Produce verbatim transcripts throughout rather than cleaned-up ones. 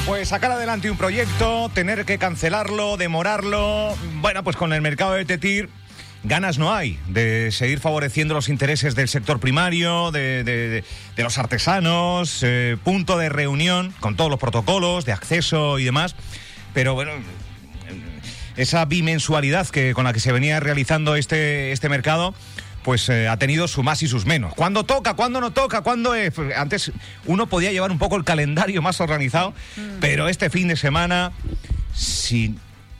Pues sacar adelante un proyecto, tener que cancelarlo, demorarlo. Bueno, pues con el mercado de Tetir ganas no hay de seguir favoreciendo los intereses del sector primario, de, de, de, de los artesanos, eh, punto de reunión con todos los protocolos de acceso y demás. Pero bueno, esa bimensualidad que, con la que se venía realizando este, este mercado, pues eh, ha tenido su más y sus menos. ¿Cuándo toca? ¿Cuándo no toca? ¿Cuándo es? Pues antes uno podía llevar un poco el calendario más organizado, mm. pero este fin de semana, si,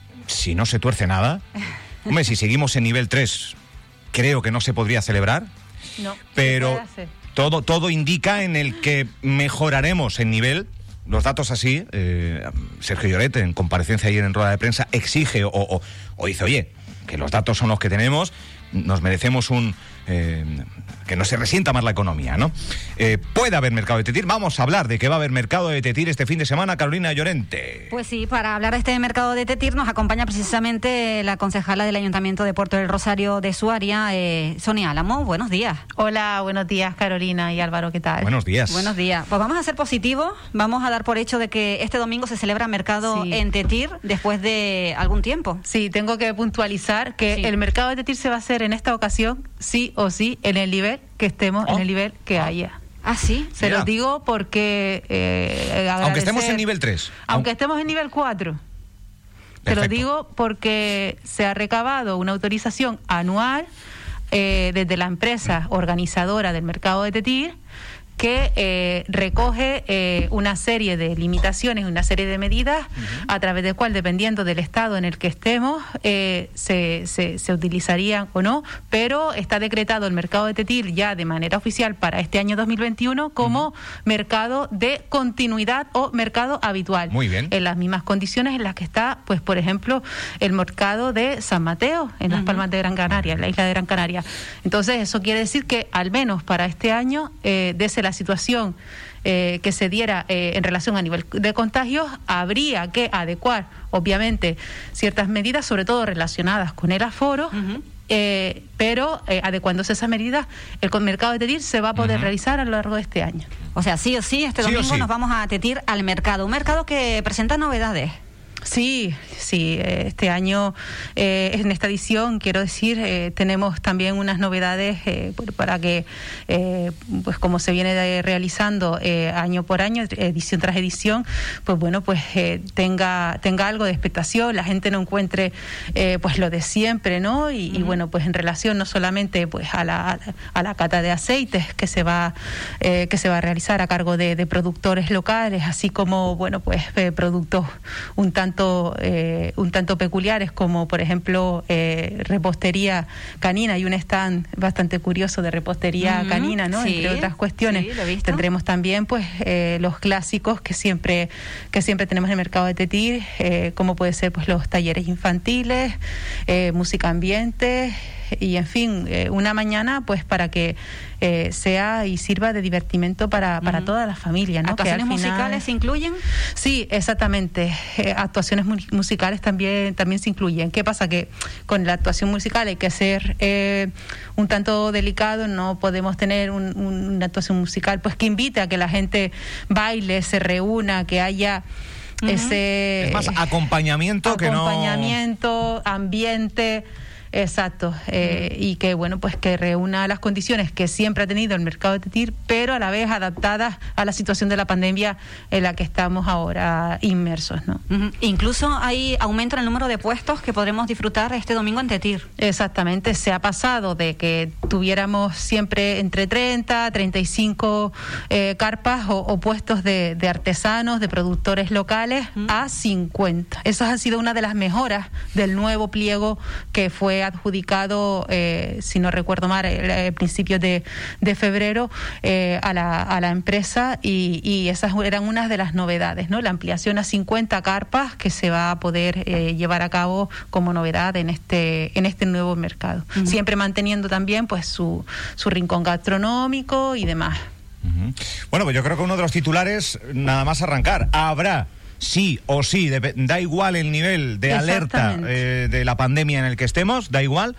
si no se tuerce nada, hombre, si seguimos en nivel tres, creo que no se podría celebrar, no, pero todo, todo indica en el que mejoraremos en nivel. Los datos así, eh, Sergio Lloret, en comparecencia ayer en rueda de prensa, exige o, o, o dice, oye, que los datos son los que tenemos, nos merecemos un... Eh, que no se resienta más la economía, ¿no? Eh, puede haber mercado de Tetir. Vamos a hablar de que va a haber mercado de Tetir este fin de semana. Carolina Llorente. Pues sí, para hablar de este mercado de Tetir nos acompaña precisamente la concejala del Ayuntamiento de Puerto del Rosario de su área, eh, Sonia Álamo. Buenos días. Hola, buenos días, Carolina y Álvaro, ¿qué tal? Buenos días. Buenos días. Pues vamos a ser positivos, vamos a dar por hecho de que este domingo se celebra mercado sí. en Tetir después de algún tiempo. Sí, tengo que puntualizar que sí. el mercado de Tetir se va a hacer en esta ocasión, sí o sí, en el nivel que estemos, oh. en el nivel que oh. haya. ¿Ah, sí? Se los digo porque... Eh, aunque estemos en nivel tres. Aunque Aun... estemos en nivel cuatro. Te lo digo porque se ha recabado una autorización anual eh, desde la empresa organizadora del mercado de Tetir, que eh, recoge eh, una serie de limitaciones, una serie de medidas, uh-huh. a través del cual, dependiendo del estado en el que estemos, eh, se, se, se utilizarían o no, pero está decretado el mercado de Tetir ya de manera oficial para este año dos mil veintiuno como uh-huh. mercado de continuidad o mercado habitual. Muy bien. En las mismas condiciones en las que está, pues por ejemplo, el mercado de San Mateo, en uh-huh. las Palmas de Gran Canaria, en la isla de Gran Canaria. Entonces, eso quiere decir que, al menos para este año, eh, desde la situación eh, que se diera eh, en relación a nivel de contagios, habría que adecuar, obviamente, ciertas medidas, sobre todo relacionadas con el aforo, uh-huh. eh, pero eh, adecuándose esas medidas, el mercado de Tetir se va a poder uh-huh. realizar a lo largo de este año. O sea, sí o sí, este sí domingo sí. nos vamos a Tetir al mercado, un mercado que presenta novedades. Sí, sí, este año, eh, en esta edición, quiero decir, eh, tenemos también unas novedades eh, para que, eh, pues como se viene de realizando eh, año por año, edición tras edición, pues bueno, pues eh, tenga tenga algo de expectación, la gente no encuentre eh, pues lo de siempre, ¿no? Y, uh-huh. y bueno, pues en relación no solamente pues a la a la cata de aceites que se va eh, que se va a realizar a cargo de, de productores locales, así como bueno, pues eh, productos un tanto Eh, un tanto peculiares, como por ejemplo eh, repostería canina. Hay un stand bastante curioso de repostería uh-huh. canina, ¿no? Sí, entre otras cuestiones. Sí, lo he visto. Tendremos también pues eh, los clásicos que siempre que siempre tenemos en el mercado de Tetir, eh, como puede ser pues los talleres infantiles, eh, música ambiente y en fin, eh, una mañana pues para que eh, sea y sirva de divertimento para, para uh-huh. toda la familia, ¿no? ¿Actuaciones que al final... musicales se incluyen? Sí, exactamente. Eh, actuaciones mu- musicales también, también se incluyen. ¿Qué pasa? Que con la actuación musical hay que ser eh, un tanto delicado, no podemos tener un, un, una actuación musical pues que invite a que la gente baile, se reúna, que haya... Uh-huh. ese es más acompañamiento, acompañamiento que no acompañamiento, ambiente. Exacto, eh, mm. y que bueno, pues que reúna las condiciones que siempre ha tenido el mercado de Tetir, pero a la vez adaptadas a la situación de la pandemia en la que estamos ahora inmersos, ¿no? Uh-huh. Incluso hay aumento en el número de puestos que podremos disfrutar este domingo en Tetir. Exactamente, se ha pasado de que tuviéramos siempre entre treinta, treinta y cinco eh, carpas o, o puestos de, de artesanos, de productores locales, uh-huh. a cincuenta. Esa ha sido una de las mejoras del nuevo pliego que fue adjudicado, eh, si no recuerdo mal, a principios de, de febrero eh, a, la, a la empresa y, y esas eran unas de las novedades, ¿no? La ampliación a cincuenta carpas que se va a poder eh, llevar a cabo como novedad en este en este nuevo mercado. Uh-huh. Siempre manteniendo también pues su, su rincón gastronómico y demás. Uh-huh. Bueno, pues yo creo que uno de los titulares, nada más arrancar, habrá sí o sí, de, da igual el nivel de alerta eh, de la pandemia en el que estemos, da igual, mm.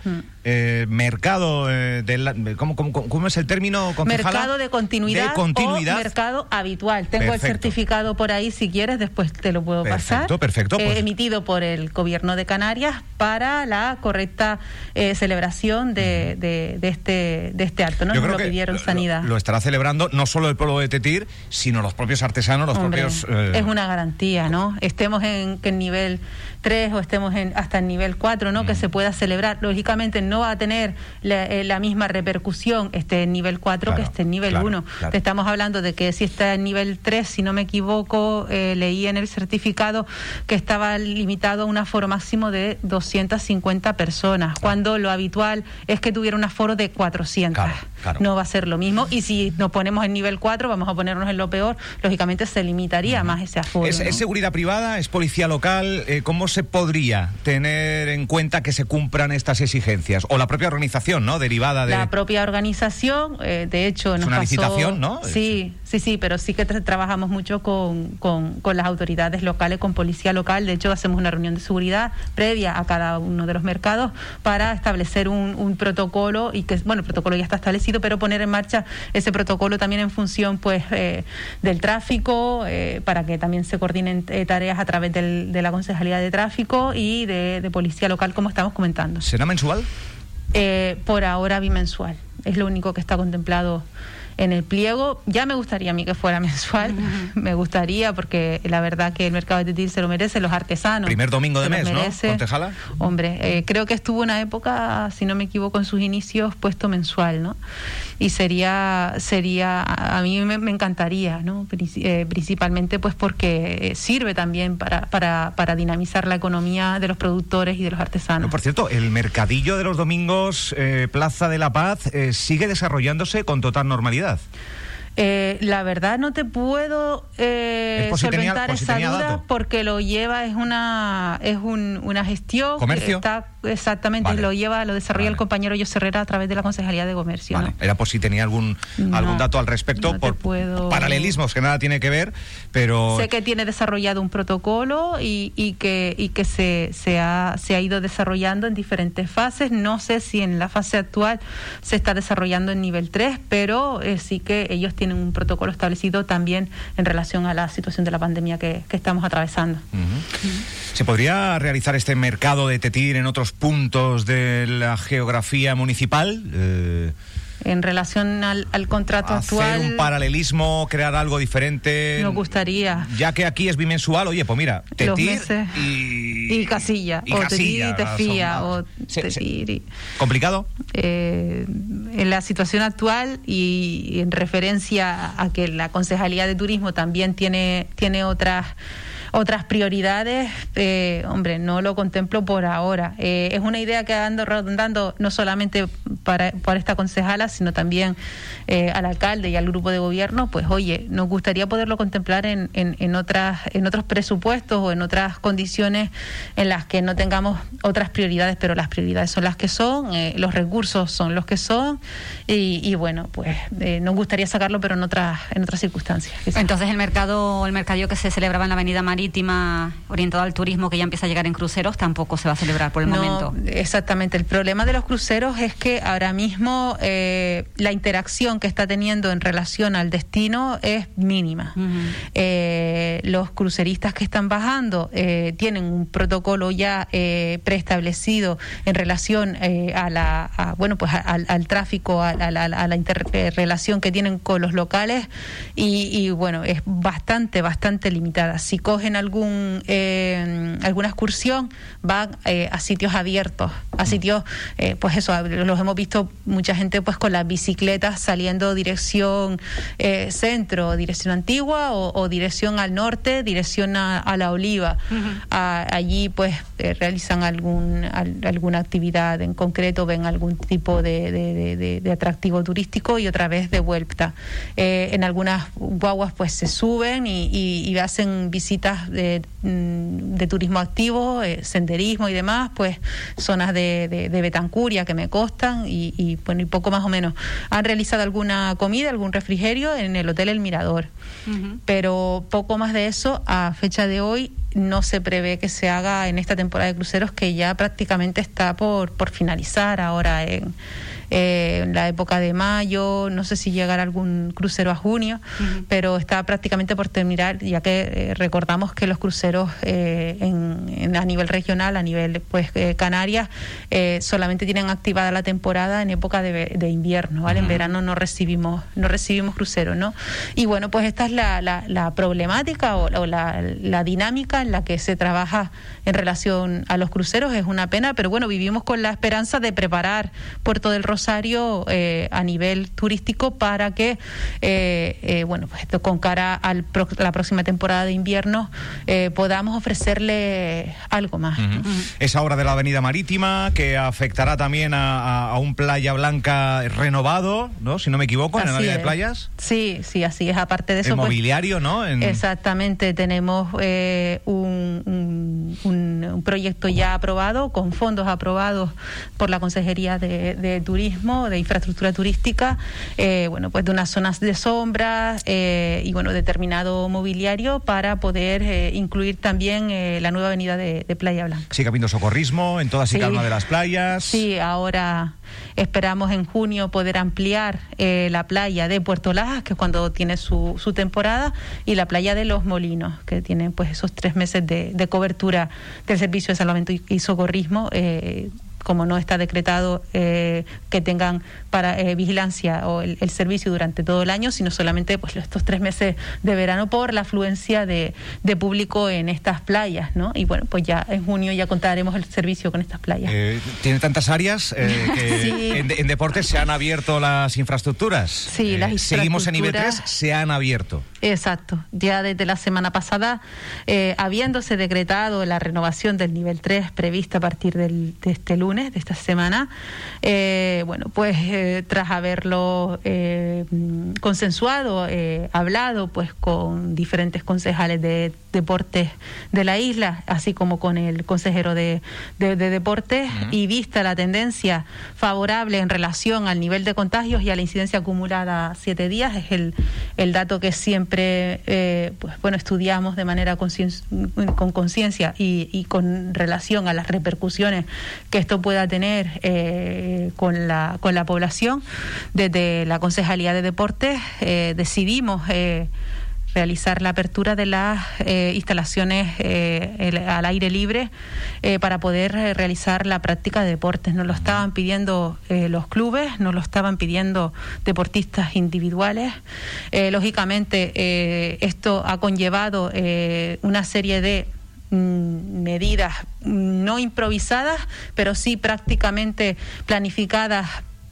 eh, mercado eh, de la, ¿cómo, cómo, ¿cómo es el término, concejala? Mercado de continuidad, de continuidad. o mercado habitual. Tengo perfecto. el certificado por ahí, si quieres, después te lo puedo perfecto, pasar. Perfecto, eh, pues. Emitido por el Gobierno de Canarias para la correcta eh, celebración de, de, de, este, de este acto, ¿no? Yo Nos creo lo que pidieron lo, Sanidad. Lo estará celebrando no solo el pueblo de Tetir, sino los propios artesanos, los Hombre, propios... Eh... Es una garantía, ¿no? Estemos en, en nivel tres o estemos en, hasta en nivel cuatro, ¿no? Mm. Que se pueda celebrar. Lógicamente no va a tener la, eh, la misma repercusión este en nivel cuatro claro, que este en nivel claro, uno. Claro. Te estamos hablando de que si está en nivel tres, si no me equivoco, eh, leí en el certificado que estaba limitado a un aforo máximo de doscientas cincuenta personas, claro. cuando lo habitual es que tuviera un aforo de cuatrocientas. Claro, claro. No va a ser lo mismo. Y si nos ponemos en nivel cuatro, vamos a ponernos en lo peor, lógicamente se limitaría uh-huh. más ese aforo. ¿Es, ¿no? ¿Es seguridad privada? ¿Es policía local? Eh, ¿Cómo se podría tener en cuenta que se cumplan estas exigencias? O la propia organización, ¿no? Derivada de... La propia organización, eh, de hecho... Es nos una pasó... licitación, ¿no? Sí, sí, sí, pero sí que tra- trabajamos mucho con, con, con las autoridades locales, con policía local. De hecho, hacemos una reunión de seguridad previa a cada uno de los mercados para establecer un, un protocolo y que, bueno, el protocolo ya está establecido, pero poner en marcha ese protocolo también en función, pues, eh, del tráfico, eh, para que también se coordinen eh, tareas a través del, de la Concejalía de Tráfico y de, de Policía Local, como estamos comentando. ¿Será mensual? Eh, por ahora bimensual. Es lo único que está contemplado en el pliego. Ya me gustaría a mí que fuera mensual, uh-huh. me gustaría, porque la verdad que el mercado de Tetir se lo merece, los artesanos. Primer domingo de mes, ¿no? ¿Concejala? Hombre, eh, creo que estuvo una época, si no me equivoco, en sus inicios puesto mensual, ¿no? Y sería, sería a mí me, me encantaría, ¿no? Eh, principalmente pues porque sirve también para, para, para dinamizar la economía de los productores y de los artesanos. No, por cierto, el mercadillo de los domingos, eh, Plaza de la Paz, eh, sigue desarrollándose con total normalidad. Eh, la verdad no te puedo eh, por si solventar tenía, por si esa tenía duda dato. Porque lo lleva, es una es un, una gestión. ¿Comercio? Está, exactamente, vale. lo lleva, lo desarrolla vale. el compañero José Herrera a través de la Concejalía de Comercio. Vale. ¿no? Era por si tenía algún, no, algún dato al respecto, no por puedo... paralelismos que nada tiene que ver, pero... Sé que tiene desarrollado un protocolo y, y que, y que se, se, ha, se ha ido desarrollando en diferentes fases. No sé si en la fase actual se está desarrollando en nivel tres, pero eh, sí que ellos tienen un protocolo establecido también en relación a la situación de la pandemia que, que estamos atravesando. Uh-huh. Uh-huh. ¿Se podría realizar este mercado de Tetir en otros puntos de la geografía municipal? Eh... En relación al, al contrato hacer actual... un paralelismo, crear algo diferente. Nos gustaría. Ya que aquí es bimensual, oye, pues mira, Tetir y... Y Casilla. Y o Casilla. Tetir y Tefía. O sí, Tetir sí. y... ¿Complicado? Eh, en la situación actual y, y en referencia a que la Concejalía de Turismo también tiene, tiene otras... otras prioridades, eh, hombre, no lo contemplo por ahora. Eh, es una idea que ando rondando no solamente para, para esta concejala, sino también eh, al alcalde y al grupo de gobierno. Pues oye, nos gustaría poderlo contemplar en, en, en otras en otros presupuestos o en otras condiciones en las que no tengamos otras prioridades, pero las prioridades son las que son, eh, los recursos son los que son y, y bueno, pues eh, nos gustaría sacarlo, pero en otras en otras circunstancias. Quizás. Entonces el mercado el mercadillo que se celebraba en la Avenida María Marítima orientado al turismo, que ya empieza a llegar en cruceros, tampoco se va a celebrar por el no, momento. Exactamente. El problema de los cruceros es que ahora mismo eh, la interacción que está teniendo en relación al destino es mínima. Uh-huh. Eh, los cruceristas que están bajando eh, tienen un protocolo ya eh, preestablecido en relación eh, a la a, bueno pues a, al, al tráfico, a, a, a, a la interrelación que tienen con los locales y, y bueno, es bastante, bastante limitada. Si cogen algún eh, alguna excursión, van eh, a sitios abiertos, a sitios, eh, pues eso, los hemos visto mucha gente pues con las bicicletas saliendo dirección eh, centro, dirección antigua o, o dirección al norte, dirección a, a la Oliva. Uh-huh. a, allí pues eh, realizan algún al, alguna actividad en concreto, ven algún tipo de, de, de, de atractivo turístico y otra vez de vuelta. Eh, en algunas guaguas pues se suben y, y, y hacen visitas de, de turismo activo, eh, senderismo y demás, pues zonas de, de, de Betancuria que me costan y, y, bueno, y poco más o menos. Han realizado alguna comida, algún refrigerio en el Hotel El Mirador, uh-huh. pero poco más de eso a fecha de hoy no se prevé que se haga en esta temporada de cruceros, que ya prácticamente está por, por finalizar ahora en, eh, en la época de mayo. No sé si llegará algún crucero a junio, uh-huh. pero está prácticamente por terminar, ya que eh, recordamos que los cruceros eh, en, en, a nivel regional, a nivel pues eh, Canarias, eh, solamente tienen activada la temporada en época de, de invierno, ¿vale? Uh-huh. En verano no recibimos no recibimos cruceros, ¿no? Y bueno, pues esta es la, la, la problemática o, o la, la dinámica en la que se trabaja en relación a los cruceros. Es una pena, pero bueno, vivimos con la esperanza de preparar Puerto del Rosario eh, a nivel turístico para que, eh, eh, bueno, pues esto, con cara a pro, la próxima temporada de invierno, eh, podamos ofrecerle algo más. Uh-huh. Uh-huh. Esa obra de la Avenida Marítima, que afectará también a, a, a un Playa Blanca renovado, ¿no? Si no me equivoco, en la Avenida de Playas. Sí, sí, así es. Aparte de eso, el pues, mobiliario, ¿no? En... Exactamente, tenemos eh, un, un, un, un proyecto ya aprobado, con fondos aprobados por la Consejería de, de Turismo, de Infraestructura Turística, eh, bueno, pues de unas zonas de sombra eh, y bueno, determinado mobiliario para poder eh, incluir también eh, la nueva avenida de, de Playa Blanca. Sigue habiendo socorrismo en todas y sí, cada una de las playas. Sí, ahora esperamos en junio poder ampliar eh, la playa de Puerto Lajas, que es cuando tiene su, su temporada, y la playa de Los Molinos, que tiene pues esos tres meses de, de cobertura del servicio de salvamento y, y socorrismo. Eh, como no está decretado eh, que tengan para eh, vigilancia o el, el servicio durante todo el año, sino solamente pues estos tres meses de verano por la afluencia de, de público en estas playas, ¿no? Y bueno, pues ya en junio ya contaremos el servicio con estas playas. Eh, Tiene tantas áreas eh, que sí. en, en deportes se han abierto las infraestructuras. Sí, eh, las infraestructuras. Seguimos en nivel tres, se han abierto. Exacto. Ya desde la semana pasada, eh, habiéndose decretado la renovación del nivel tres prevista a partir del, de este lunes, de esta semana, eh, bueno, pues eh, tras haberlo eh, consensuado, eh, hablado pues con diferentes concejales de deportes de la isla, así como con el consejero de, de, de deportes, uh-huh. y vista la tendencia favorable en relación al nivel de contagios y a la incidencia acumulada siete días, es el, el dato que siempre eh, pues bueno estudiamos de manera conscien- con conciencia y, y con relación a las repercusiones que esto pueda tener eh, con la con la población. Desde la Concejalía de Deportes eh, decidimos eh, realizar la apertura de las eh, instalaciones eh, el, al aire libre eh, para poder eh, realizar la práctica de deportes. Nos lo estaban pidiendo eh, los clubes, nos lo estaban pidiendo deportistas individuales. Eh, lógicamente, eh, esto ha conllevado eh, una serie de medidas no improvisadas, pero sí prácticamente planificadas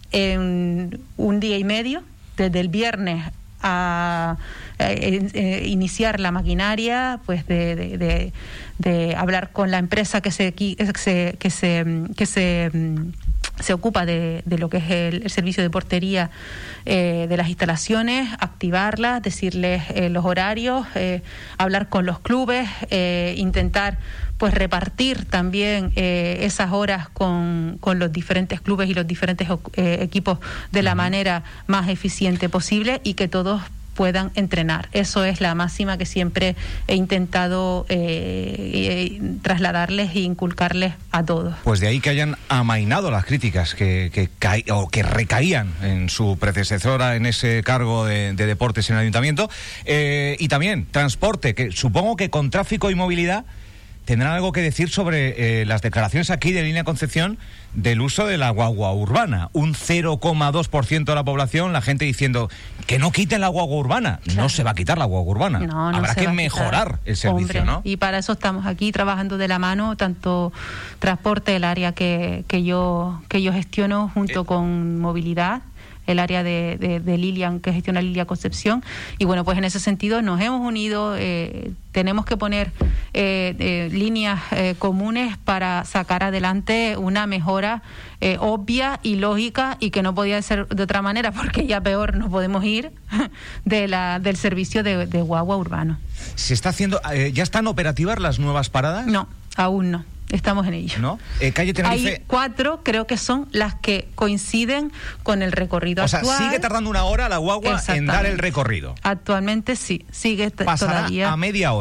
en un día y medio, desde el viernes a eh, eh, iniciar la maquinaria, pues de, de, de, de hablar con la empresa que se que se que se, que se se ocupa de, de lo que es el, el servicio de portería eh, de las instalaciones, activarlas, decirles eh, los horarios, eh, hablar con los clubes, eh, intentar pues repartir también eh, esas horas con, con los diferentes clubes y los diferentes eh, equipos de la manera más eficiente posible y que todos puedan entrenar. Eso es la máxima que siempre he intentado eh, eh, trasladarles e inculcarles a todos. Pues de ahí que hayan amainado las críticas que, que, caí, o que recaían en su predecesora en ese cargo de, de deportes en el ayuntamiento. Eh, y también transporte, que supongo que con tráfico y movilidad tendrán algo que decir sobre eh, las declaraciones aquí de Línea Concepción del uso de la guagua urbana. Un cero coma dos por ciento de la población, la gente diciendo que no quiten la guagua urbana. Claro. No se va a quitar la guagua urbana. No, no Habrá que mejorar quitar. el servicio, Hombre, ¿no? Y para eso estamos aquí trabajando de la mano, tanto transporte, el área que, que yo que yo gestiono junto eh. con movilidad, el área de, de, de Lilian, que gestiona Lilia Concepción, y bueno, pues en ese sentido nos hemos unido, eh, tenemos que poner eh, eh, líneas eh, comunes para sacar adelante una mejora eh, obvia y lógica, y que no podía ser de otra manera, porque ya peor no podemos ir, de la del servicio de, de guagua urbano. ¿Se está haciendo, eh, ya están operativas las nuevas paradas? No, aún no. Estamos en ello. ¿No? Eh, calle Tenerife. Hay cuatro, creo que son las que coinciden con el recorrido o sea, actual. sigue tardando una hora la guagua en dar el recorrido. Actualmente sí, sigue t- Pasará todavía. a media hora.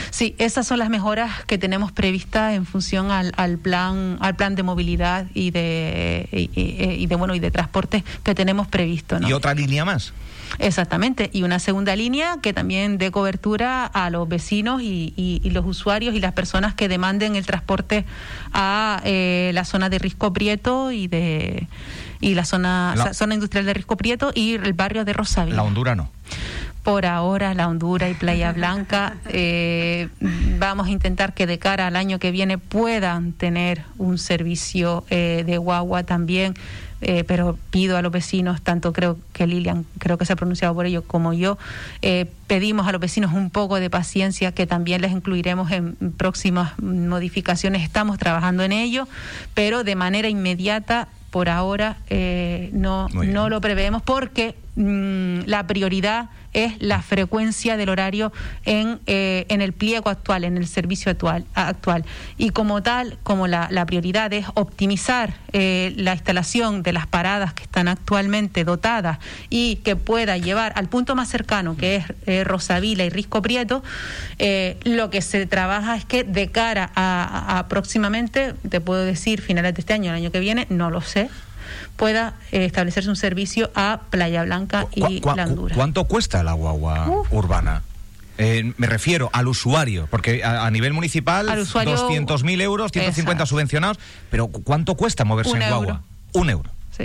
Sí, esas son las mejoras que tenemos previstas en función al, al plan al plan de movilidad y de y, y, y de bueno y de transporte que tenemos previsto, ¿no? ¿Y otra línea más? Exactamente, y una segunda línea que también dé cobertura a los vecinos y, y, y los usuarios y las personas que demanden el transporte a eh, la zona de Risco Prieto y de y la zona la, zona industrial de Risco Prieto y el barrio de Rosavilla. La Hondura no. Por ahora, La Hondura y Playa Blanca, eh, vamos a intentar que de cara al año que viene puedan tener un servicio eh, de guagua también. Eh, pero pido a los vecinos, tanto creo que Lilian, creo que se ha pronunciado por ello, como yo, eh, pedimos a los vecinos un poco de paciencia, que también les incluiremos en próximas modificaciones. Estamos trabajando en ello, pero de manera inmediata, por ahora, eh, no, no lo preveemos, porque mmm, la prioridad es la frecuencia del horario en eh, en el pliego actual, en el servicio actual, actual. Y como tal, como la, la prioridad es optimizar eh, la instalación de las paradas que están actualmente dotadas y que pueda llevar al punto más cercano, que es eh, Rosavilla y Risco Prieto, eh, lo que se trabaja es que de cara a, a, a próximamente, te puedo decir, finales de este año, el año que viene, no lo sé, pueda eh, establecerse un servicio a Playa Blanca y ¿Cu- cu- La Hondura. ¿Cuánto cuesta la guagua uh. urbana? Eh, me refiero al usuario, porque a, a nivel municipal doscientos mil euros, ciento cincuenta exacto. subvencionados, pero ¿cuánto cuesta moverse un en euro. guagua? Un euro. Sí.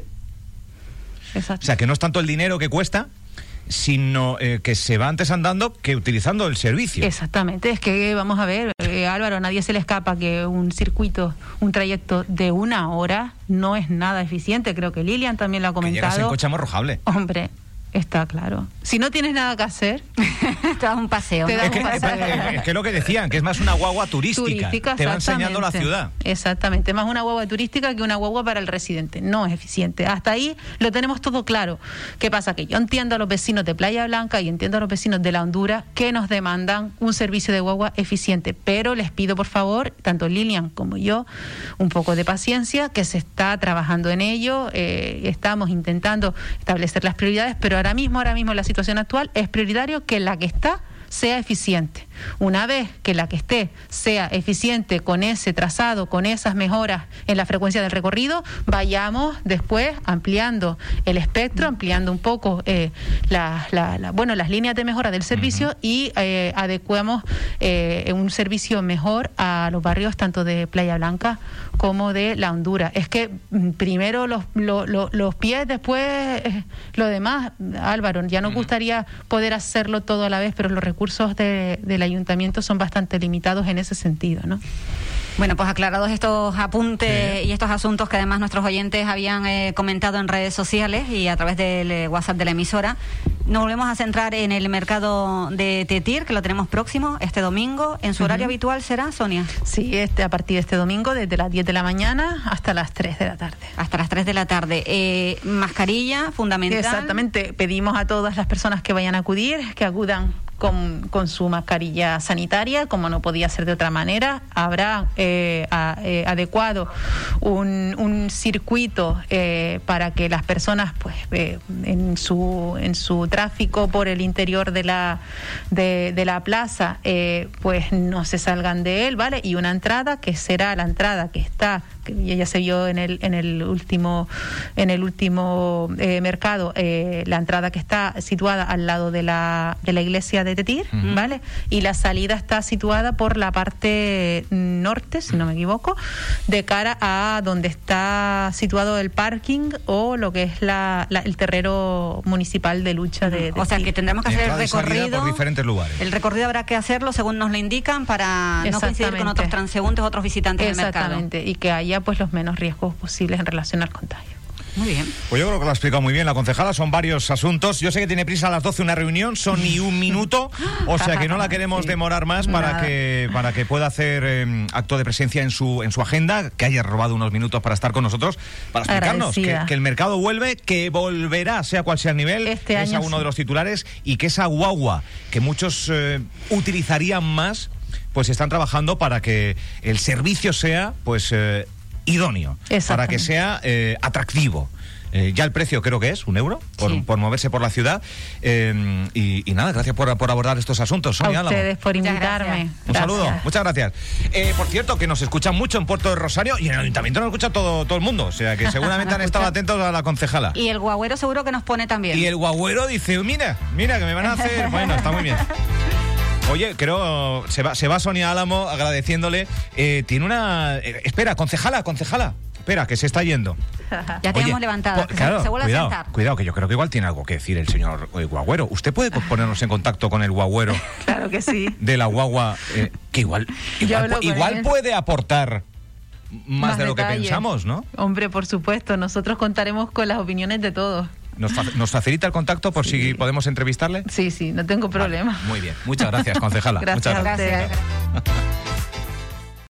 Exacto. O sea, que no es tanto el dinero que cuesta, sino eh, que se va antes andando que utilizando el servicio. Exactamente, es que vamos a ver, eh, Álvaro, a nadie se le escapa que un circuito, un trayecto de una hora no es nada eficiente. Creo que Lilian también lo ha comentado. Que llegas en coche amorrojable. Hombre, está claro. Si no tienes nada que hacer, te das un paseo. Te das es, que, un paseo. es que es lo que decían, que es más una guagua turística. turística te va enseñando la ciudad. Exactamente, más una guagua turística que una guagua para el residente. No es eficiente. Hasta ahí lo tenemos todo claro. ¿Qué pasa? Que yo entiendo a los vecinos de Playa Blanca y entiendo a los vecinos de La Hondura que nos demandan un servicio de guagua eficiente, pero les pido por favor, tanto Lilian como yo, un poco de paciencia, que se está trabajando en ello, eh, estamos intentando establecer las prioridades, pero ahora mismo, ahora mismo en la situación actual es prioritario que la que está sea eficiente. Una vez que la que esté sea eficiente con ese trazado, con esas mejoras en la frecuencia del recorrido, vayamos después ampliando el espectro, ampliando un poco eh, la, la, la, bueno, las líneas de mejora del servicio uh-huh. y eh, adecuemos eh, un servicio mejor a los barrios tanto de Playa Blanca como de La Hondura. Es que primero los, los, los, los pies, después eh, lo demás, Álvaro. Ya nos uh-huh. gustaría poder hacerlo todo a la vez, pero los recursos de, del ayuntamiento son bastante limitados en ese sentido, ¿no? Bueno, pues aclarados estos apuntes sí. y estos asuntos que además nuestros oyentes habían eh, comentado en redes sociales y a través del eh, WhatsApp de la emisora, nos volvemos a centrar en el mercado de Tetir, que lo tenemos próximo este domingo. ¿En su uh-huh. horario habitual será, Sonia? Sí, este, a partir de este domingo, desde las diez de la mañana hasta las tres de la tarde. Hasta las tres de la tarde. Eh, mascarilla, fundamental. Exactamente. Pedimos a todas las personas que vayan a acudir, que acudan Con, con su mascarilla sanitaria, como no podía ser de otra manera. Habrá eh, a, eh, adecuado un, un circuito eh, para que las personas, pues, eh, en su en su tráfico por el interior de la de, de la plaza, eh, pues no se salgan de él, ¿vale? Y una entrada que será la entrada que está, que ya se vio en el en el último en el último eh, mercado, eh, la entrada que está situada al lado de la de la iglesia de Tetir, uh-huh. ¿vale? Y la salida está situada por la parte norte, si no me equivoco, de cara a donde está situado el parking o lo que es la, la el terreno municipal de lucha de, de O sea, que tendremos que hacer el recorrido por diferentes lugares. El recorrido habrá que hacerlo según nos lo indican para no coincidir con otros transeúntes, otros visitantes del mercado. Exactamente, y que haya pues los menos riesgos posibles en relación al contagio. Muy bien. Pues yo creo que lo ha explicado muy bien la concejala, son varios asuntos. Yo sé que tiene prisa a las doce una reunión, son ni un minuto, o sea que no la queremos sí. demorar más para que para que pueda hacer eh, acto de presencia en su en su agenda, que haya robado unos minutos para estar con nosotros, para explicarnos que, que el mercado vuelve, que volverá, sea cual sea el nivel, este es año uno sí. de los titulares, y que esa guagua que muchos eh, utilizarían más, pues están trabajando para que el servicio sea pues eh, idóneo, para que sea eh, atractivo. Eh, ya el precio creo que es un euro por, sí. por moverse por la ciudad. Eh, y, y nada, gracias por, por abordar estos asuntos, Sonia. A ustedes por invitarme. Un gracias. saludo, muchas gracias. Eh, por cierto, que nos escuchan mucho en Puerto de Rosario y en el Ayuntamiento nos escucha todo, todo el mundo. O sea, que seguramente han estado atentos a la concejala. Y el guagüero seguro que nos pone también. Y el guagüero dice, mira, mira, que me van a hacer... Bueno, está muy bien. Oye, creo, se va, se va Sonia Álamo agradeciéndole. Eh, tiene una... Eh, espera, concejala, concejala. Espera, que se está yendo. Ya te hemos levantado. Po, claro, se, se vuelve cuidado, a sentar. Cuidado, que yo creo que igual tiene algo que decir el señor eh, guagüero. ¿Usted puede ponernos en contacto con el guagüero? Claro que sí. De la guagua, eh, que igual, igual, igual puede aportar más, más de lo detalle. que pensamos, ¿no? Hombre, por supuesto. Nosotros contaremos con las opiniones de todos. ¿Nos, fa ¿Nos facilita el contacto por sí. si podemos entrevistarle? Sí, sí, no tengo problema. Vale, muy bien. Muchas gracias, concejala. Gracias, Muchas gracias. gracias.